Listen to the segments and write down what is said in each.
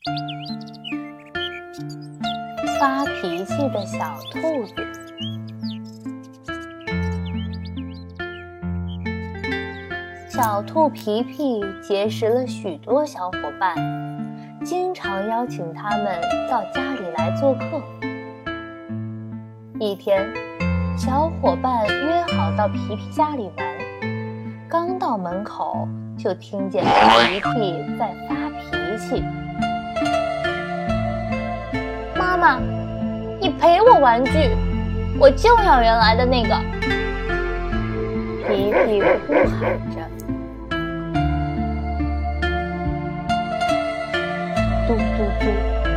发脾气的小兔子。小兔皮皮结识了许多小伙伴，经常邀请他们到家里来做客。一天，小伙伴约好到皮皮家里玩，刚到门口就听见皮皮在发脾气。妈妈，你赔我玩具，我就要原来的那个。皮皮哭喊着。嘟嘟嘟，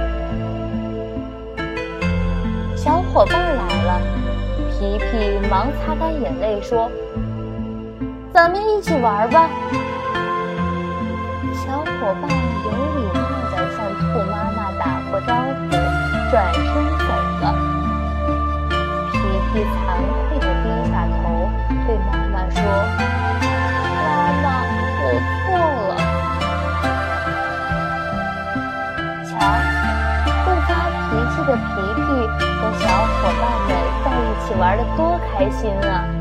小伙伴来了，皮皮忙擦干眼泪说：“咱们一起玩吧。”小伙伴有礼貌地向兔妈妈打过招呼，转身走了。皮皮惭愧地低下头，对妈妈说：“妈妈，我错了。”瞧，不发脾气的皮皮和小伙伴们在一起玩得多开心啊！